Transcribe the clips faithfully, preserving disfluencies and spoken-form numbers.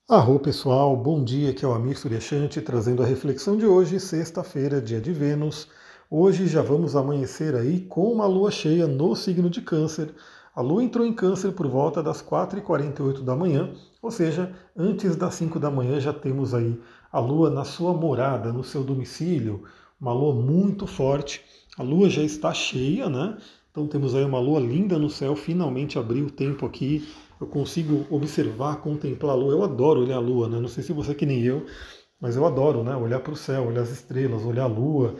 Arro pessoal, bom dia, aqui é o Amir Suryashanti trazendo a reflexão de hoje, sexta-feira, dia de Vênus. Hoje já vamos amanhecer aí com uma lua cheia no signo de Câncer. A lua entrou em Câncer por volta das quatro e quarenta e oito da manhã, ou seja, antes das cinco da manhã já temos aí a lua na sua morada, no seu domicílio, uma lua muito forte. A lua já está cheia, né? Então temos aí uma lua linda no céu, finalmente abriu o tempo aqui, eu consigo observar, contemplar a lua. Eu adoro olhar a lua, né? Não sei se você é que nem eu, mas eu adoro, né? Olhar para o céu, olhar as estrelas, olhar a lua.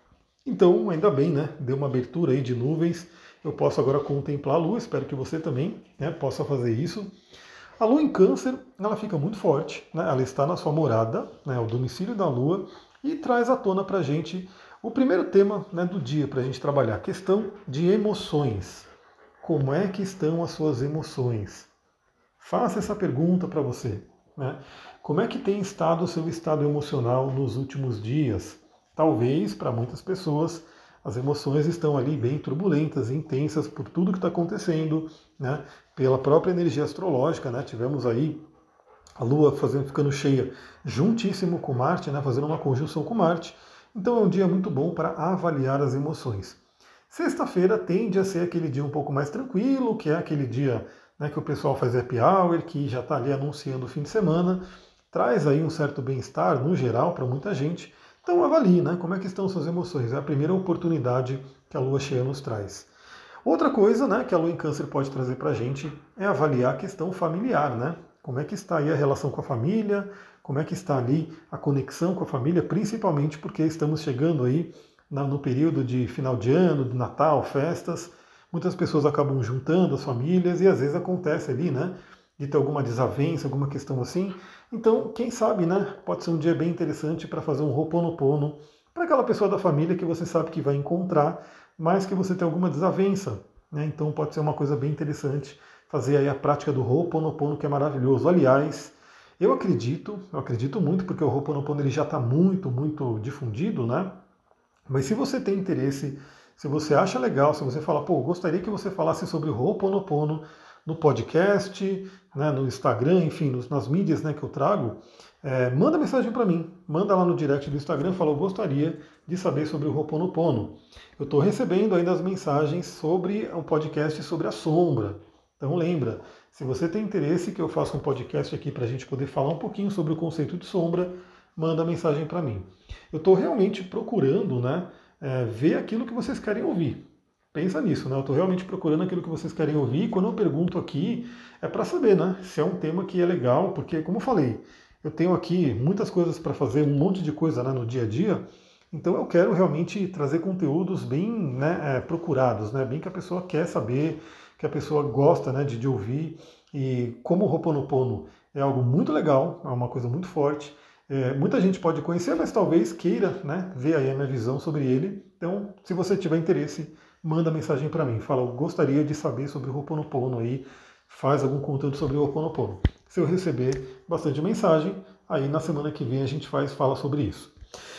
Então, ainda bem, né? Deu uma abertura aí de nuvens. Eu posso agora contemplar a lua. Espero que você também, né, possa fazer isso. A lua em Câncer, ela fica muito forte, né? Ela está na sua morada, né? O domicílio da lua, e traz à tona para a gente o primeiro tema, né, do dia para a gente trabalhar, a questão de emoções. Como é que estão as suas emoções? Faça essa pergunta para você, né? Como é que tem estado o seu estado emocional nos últimos dias? Talvez, para muitas pessoas, as emoções estão ali bem turbulentas, intensas por tudo que está acontecendo, né? Pela própria energia astrológica, né? Tivemos aí a Lua fazendo, ficando cheia juntíssimo com Marte, né? Fazendo uma conjunção com Marte. Então é um dia muito bom para avaliar as emoções. Sexta-feira tende a ser aquele dia um pouco mais tranquilo, que é aquele dia, né, que o pessoal faz happy hour, que já está ali anunciando o fim de semana, traz aí um certo bem-estar no geral para muita gente. Então avalie, né, como é que estão suas emoções. É a primeira oportunidade que a Lua cheia nos traz. Outra coisa, né, que a Lua em Câncer pode trazer para a gente é avaliar a questão familiar, né? Como é que está aí a relação com a família, como é que está ali a conexão com a família, principalmente porque estamos chegando aí no período de final de ano, de Natal, festas. Muitas pessoas acabam juntando as famílias e às vezes acontece ali, né, de ter alguma desavença, alguma questão assim. Então, quem sabe, né, pode ser um dia bem interessante para fazer um Ho'oponopono para aquela pessoa da família que você sabe que vai encontrar, mas que você tem alguma desavença, né? Então pode ser uma coisa bem interessante fazer aí a prática do Ho'oponopono, que é maravilhoso. Aliás, eu acredito, eu acredito muito, porque o Ho'oponopono ele já está muito, muito difundido, né? Mas se você tem interesse, se você acha legal, se você fala, pô, gostaria que você falasse sobre o Ho'oponopono no podcast, né, no Instagram, enfim, nos, nas mídias, né, que eu trago, é, manda mensagem para mim, manda lá no direct do Instagram, fala, eu gostaria de saber sobre o Ho'oponopono. Eu estou recebendo ainda as mensagens sobre o podcast sobre a sombra. Então lembra, se você tem interesse que eu faça um podcast aqui para a gente poder falar um pouquinho sobre o conceito de sombra, manda mensagem para mim. Eu estou realmente procurando, né, é, ver aquilo que vocês querem ouvir. Pensa nisso, né? Eu estou realmente procurando aquilo que vocês querem ouvir. E quando eu pergunto aqui, é para saber, né, se é um tema que é legal, porque, como eu falei, eu tenho aqui muitas coisas para fazer, um monte de coisa, né, no dia a dia. Então eu quero realmente trazer conteúdos bem, né, é, procurados, né, bem que a pessoa quer saber, que a pessoa gosta, né, de, de ouvir. E como o Ho'oponopono é algo muito legal, é uma coisa muito forte. É, muita gente pode conhecer, mas talvez queira, né, ver aí a minha visão sobre ele. Então, se você tiver interesse, manda mensagem para mim. Fala, eu gostaria de saber sobre o Ho'oponopono aí, faz algum conteúdo sobre o Ho'oponopono. Se eu receber bastante mensagem, aí na semana que vem a gente faz, fala sobre isso.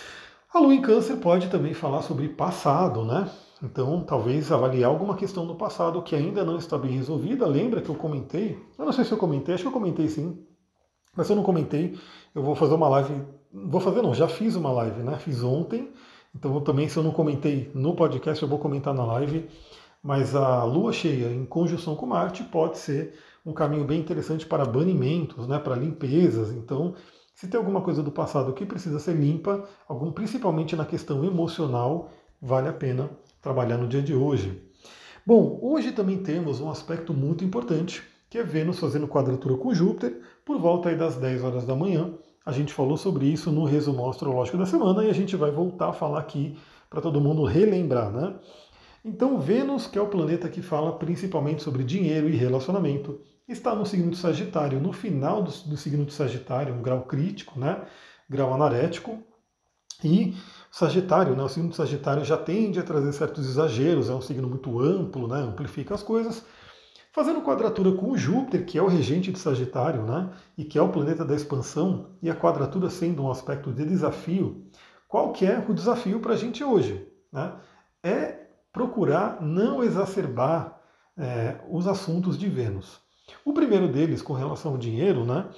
A Lua em Câncer pode também falar sobre passado, né? Então, talvez avaliar alguma questão do passado que ainda não está bem resolvida. Lembra que eu comentei? Eu não sei se eu comentei, acho que eu comentei sim, mas se eu não comentei, eu vou fazer uma live. Vou fazer não, já fiz uma live, né? Fiz ontem. Então eu também, se eu não comentei no podcast, eu vou comentar na live. Mas a lua cheia em conjunção com Marte pode ser um caminho bem interessante para banimentos, né? Para limpezas. Então, se tem alguma coisa do passado que precisa ser limpa, algum, principalmente na questão emocional, vale a pena trabalhar no dia de hoje. Bom, hoje também temos um aspecto muito importante, que é Vênus fazendo quadratura com Júpiter, por volta aí das dez horas da manhã. A gente falou sobre isso no resumo astrológico da semana e a gente vai voltar a falar aqui para todo mundo relembrar, né? Então, Vênus, que é o planeta que fala principalmente sobre dinheiro e relacionamento, está no signo de Sagitário, no final do, do signo de Sagitário, um grau crítico, né? Grau anarético, e Sagitário, né, o signo de Sagitário já tende a trazer certos exageros, é um signo muito amplo, né, amplifica as coisas. Fazendo quadratura com o Júpiter, que é o regente de Sagitário, né, e que é o planeta da expansão, e a quadratura sendo um aspecto de desafio, qual que é o desafio para a gente hoje? Né? É procurar não exacerbar é, os assuntos de Vênus. O primeiro deles, com relação ao dinheiro, né,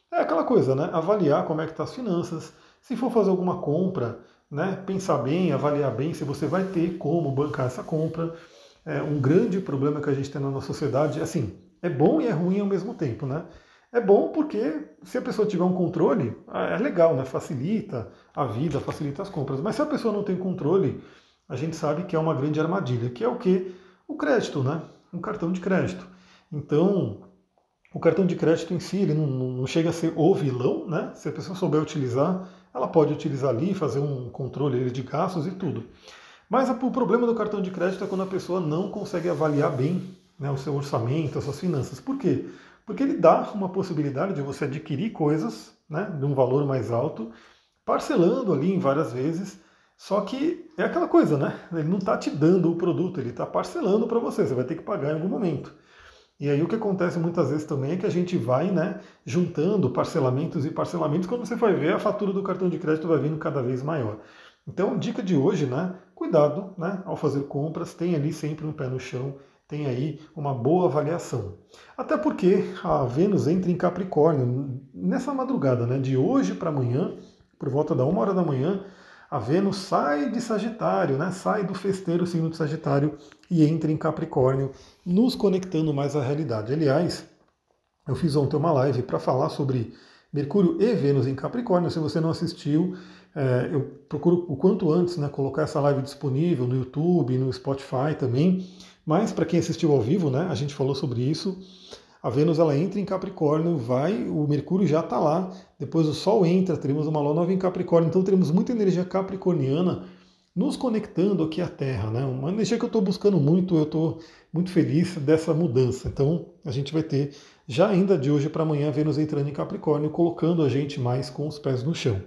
É aquela coisa, né? Avaliar como é que tá as finanças. Se for fazer alguma compra, né? Pensar bem, avaliar bem se você vai ter como bancar essa compra. É um grande problema que a gente tem na nossa sociedade, assim, é bom e é ruim ao mesmo tempo, né? É bom porque se a pessoa tiver um controle, é legal, né? Facilita a vida, facilita as compras. Mas se a pessoa não tem controle, a gente sabe que é uma grande armadilha, que é o quê? O crédito, né? Um cartão de crédito. Então, o cartão de crédito em si, ele não, não chega a ser o vilão, né? Se a pessoa souber utilizar, ela pode utilizar ali, fazer um controle de gastos e tudo. Mas o problema do cartão de crédito é quando a pessoa não consegue avaliar bem, né, o seu orçamento, as suas finanças. Por quê? Porque ele dá uma possibilidade de você adquirir coisas, né, de um valor mais alto, parcelando ali em várias vezes. Só que é aquela coisa, né? Ele não está te dando o produto, ele está parcelando para você. Você vai ter que pagar em algum momento. E aí o que acontece muitas vezes também é que a gente vai, né, juntando parcelamentos e parcelamentos, quando você vai ver, a fatura do cartão de crédito vai vindo cada vez maior. Então, dica de hoje, né, cuidado, né, ao fazer compras, tem ali sempre um pé no chão, tem aí uma boa avaliação. Até porque a Vênus entra em Capricórnio nessa madrugada, né, de hoje para amanhã, por volta da uma hora da manhã, a Vênus sai de Sagitário, né, sai do festeiro signo de Sagitário e entra em Capricórnio, nos conectando mais à realidade. Aliás, eu fiz ontem uma live para falar sobre Mercúrio e Vênus em Capricórnio. Se você não assistiu, é, eu procuro o quanto antes, né, colocar essa live disponível no YouTube, no Spotify também. Mas para quem assistiu ao vivo, né, a gente falou sobre isso. A Vênus ela entra em Capricórnio, vai, o Mercúrio já está lá, depois o Sol entra, teremos uma lua nova em Capricórnio, então teremos muita energia capricorniana nos conectando aqui à Terra, né? Uma energia que eu estou buscando muito, eu estou muito feliz dessa mudança. Então a gente vai ter, já ainda de hoje para amanhã, Vênus entrando em Capricórnio, colocando a gente mais com os pés no chão.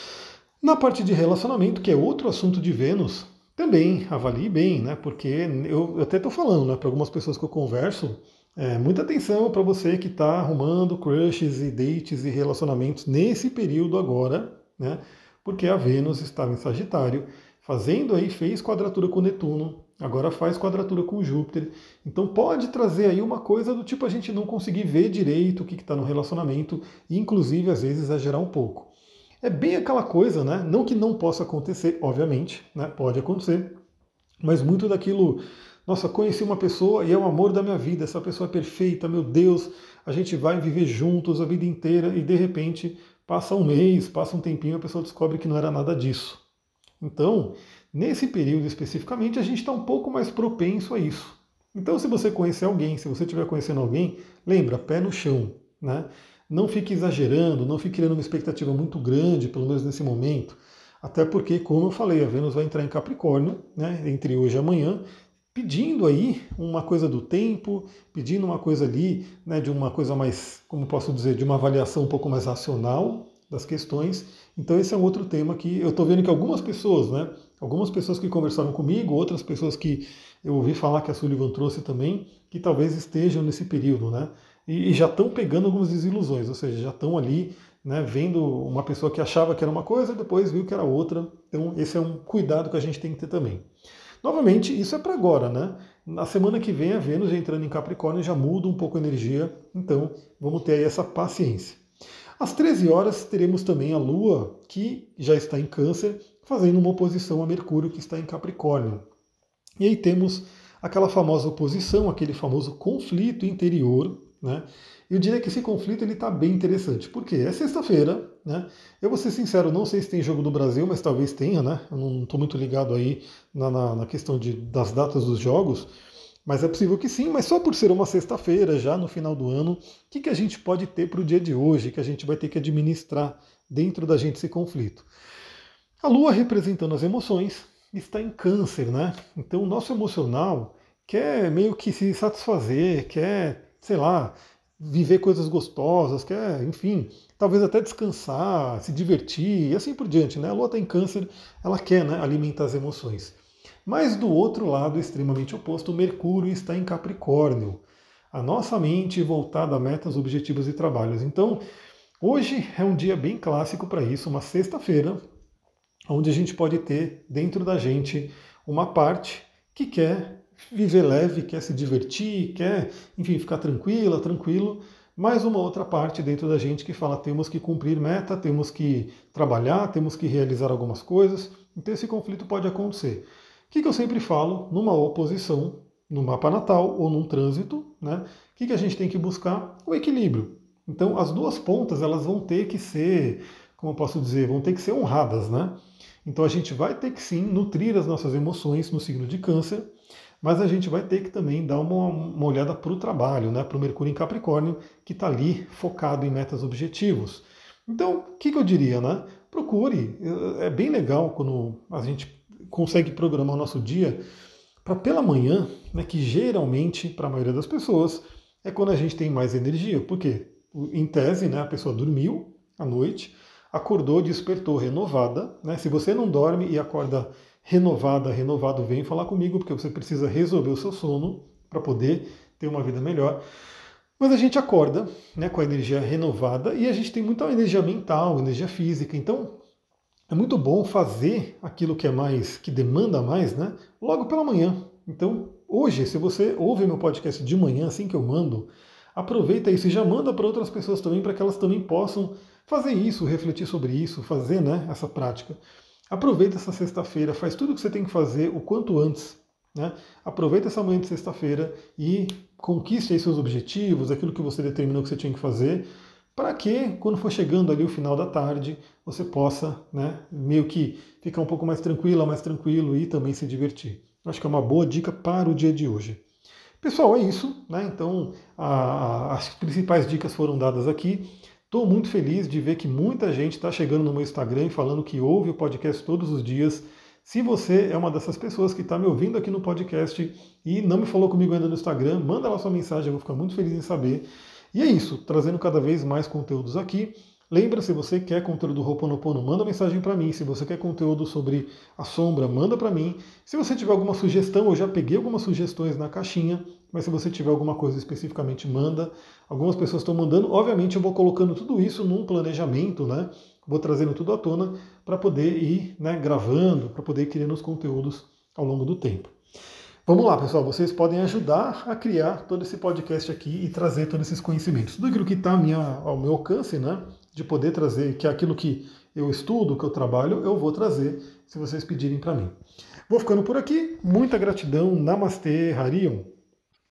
Na parte de relacionamento, que é outro assunto de Vênus, também avalie bem, né? Porque eu, eu até estou falando, né, para algumas pessoas que eu converso, é, muita atenção para você que está arrumando crushes e dates e relacionamentos nesse período agora, né? Porque a Vênus estava em Sagitário, fazendo aí, fez quadratura com Netuno, agora faz quadratura com Júpiter. Então pode trazer aí uma coisa do tipo a gente não conseguir ver direito o que está no relacionamento, e inclusive às vezes exagerar um pouco. É bem aquela coisa, né? Não que não possa acontecer, obviamente, né? Pode acontecer, mas muito daquilo, nossa, conheci uma pessoa e é o amor da minha vida, essa pessoa é perfeita, meu Deus, a gente vai viver juntos a vida inteira e de repente passa um mês, passa um tempinho, a pessoa descobre que não era nada disso. Então, nesse período especificamente, a gente está um pouco mais propenso a isso. Então, se você conhecer alguém, se você estiver conhecendo alguém, lembra, pé no chão, né? Não fique exagerando, não fique criando uma expectativa muito grande, pelo menos nesse momento. Até porque, como eu falei, a Vênus vai entrar em Capricórnio, né, entre hoje e amanhã, pedindo aí uma coisa do tempo, pedindo uma coisa ali, né, de uma coisa mais, como posso dizer, de uma avaliação um pouco mais racional das questões. Então esse é um outro tema que eu estou vendo que algumas pessoas, né, algumas pessoas que conversaram comigo, outras pessoas que eu ouvi falar que a Sullivan trouxe também, que talvez estejam nesse período, né, e, e já estão pegando algumas desilusões, ou seja, já estão ali, né, vendo uma pessoa que achava que era uma coisa, depois viu que era outra. Então esse é um cuidado que a gente tem que ter também. Novamente, isso é para agora, né? Na semana que vem a Vênus entrando em Capricórnio já muda um pouco a energia, então vamos ter aí essa paciência. Às treze horas teremos também a Lua, que já está em Câncer, fazendo uma oposição a Mercúrio, que está em Capricórnio. E aí temos aquela famosa oposição, aquele famoso conflito interior, né? Eu diria que esse conflito ele está bem interessante. Por quê? É sexta-feira, né? Eu vou ser sincero, não sei se tem jogo do Brasil, mas talvez tenha, né? Eu não estou muito ligado aí na, na, na questão de, das datas dos jogos, mas é possível que sim, mas só por ser uma sexta-feira, já no final do ano, o que, que a gente pode ter para o dia de hoje, que a gente vai ter que administrar dentro da gente esse conflito? A Lua representando as emoções está em Câncer, né? Então o nosso emocional quer meio que se satisfazer, quer, sei lá, viver coisas gostosas, quer, enfim, talvez até descansar, se divertir e assim por diante, né? A Lua está em Câncer, ela quer, né, alimentar as emoções. Mas do outro lado, extremamente oposto, Mercúrio está em Capricórnio. A nossa mente voltada a metas, objetivos e trabalhos. Então, hoje é um dia bem clássico para isso, uma sexta-feira, onde a gente pode ter dentro da gente uma parte que quer viver leve, quer se divertir, quer, enfim, ficar tranquila, tranquilo, mais uma outra parte dentro da gente que fala temos que cumprir meta, temos que trabalhar, temos que realizar algumas coisas. Então esse conflito pode acontecer. O que, que eu sempre falo numa oposição, no mapa natal ou num trânsito, né? O que, que a gente tem que buscar? O equilíbrio. Então as duas pontas elas vão ter que ser, como eu posso dizer, vão ter que ser honradas, né? Então a gente vai ter que sim nutrir as nossas emoções no signo de Câncer, mas a gente vai ter que também dar uma, uma olhada para o trabalho, né, para o Mercúrio em Capricórnio, que está ali focado em metas objetivos. Então, o que, que eu diria, né? Procure, é bem legal quando a gente consegue programar o nosso dia para pela manhã, né, que geralmente, para a maioria das pessoas, é quando a gente tem mais energia. Por quê? Em tese, né, a pessoa dormiu à noite, acordou, despertou renovada, né? Se você não dorme e acorda renovada, renovado, vem falar comigo, porque você precisa resolver o seu sono para poder ter uma vida melhor. Mas a gente acorda, né, com a energia renovada e a gente tem muita energia mental, energia física. Então é muito bom fazer aquilo que é mais, que demanda mais, né, logo pela manhã. Então hoje, se você ouve meu podcast de manhã, assim que eu mando, aproveita isso e já manda para outras pessoas também, para que elas também possam fazer isso, refletir sobre isso, fazer, né, essa prática. Aproveita essa sexta-feira, faz tudo o que você tem que fazer o quanto antes. Né? Aproveita essa manhã de sexta-feira e conquiste aí seus objetivos, aquilo que você determinou que você tinha que fazer, para que, quando for chegando ali o final da tarde, você possa, né, meio que ficar um pouco mais tranquila, mais tranquilo e também se divertir. Acho que é uma boa dica para o dia de hoje. Pessoal, é isso, né? Então a, a, as principais dicas foram dadas aqui. Estou muito feliz de ver que muita gente está chegando no meu Instagram e falando que ouve o podcast todos os dias. Se você é uma dessas pessoas que está me ouvindo aqui no podcast e não me falou comigo ainda no Instagram, manda lá sua mensagem, eu vou ficar muito feliz em saber. E é isso, trazendo cada vez mais conteúdos aqui. Lembra, se você quer conteúdo do Ho'oponopono, manda mensagem para mim. Se você quer conteúdo sobre a sombra, manda para mim. Se você tiver alguma sugestão, eu já peguei algumas sugestões na caixinha, mas se você tiver alguma coisa especificamente, manda. Algumas pessoas estão mandando. Obviamente eu vou colocando tudo isso num planejamento, né? Vou trazendo tudo à tona para poder ir, né, gravando, para poder ir criando os conteúdos ao longo do tempo. Vamos lá, pessoal, vocês podem ajudar a criar todo esse podcast aqui e trazer todos esses conhecimentos. Tudo aquilo que está ao meu alcance, né, de poder trazer, que é aquilo que eu estudo, que eu trabalho, eu vou trazer, se vocês pedirem para mim. Vou ficando por aqui, muita gratidão, Namastê, Harion.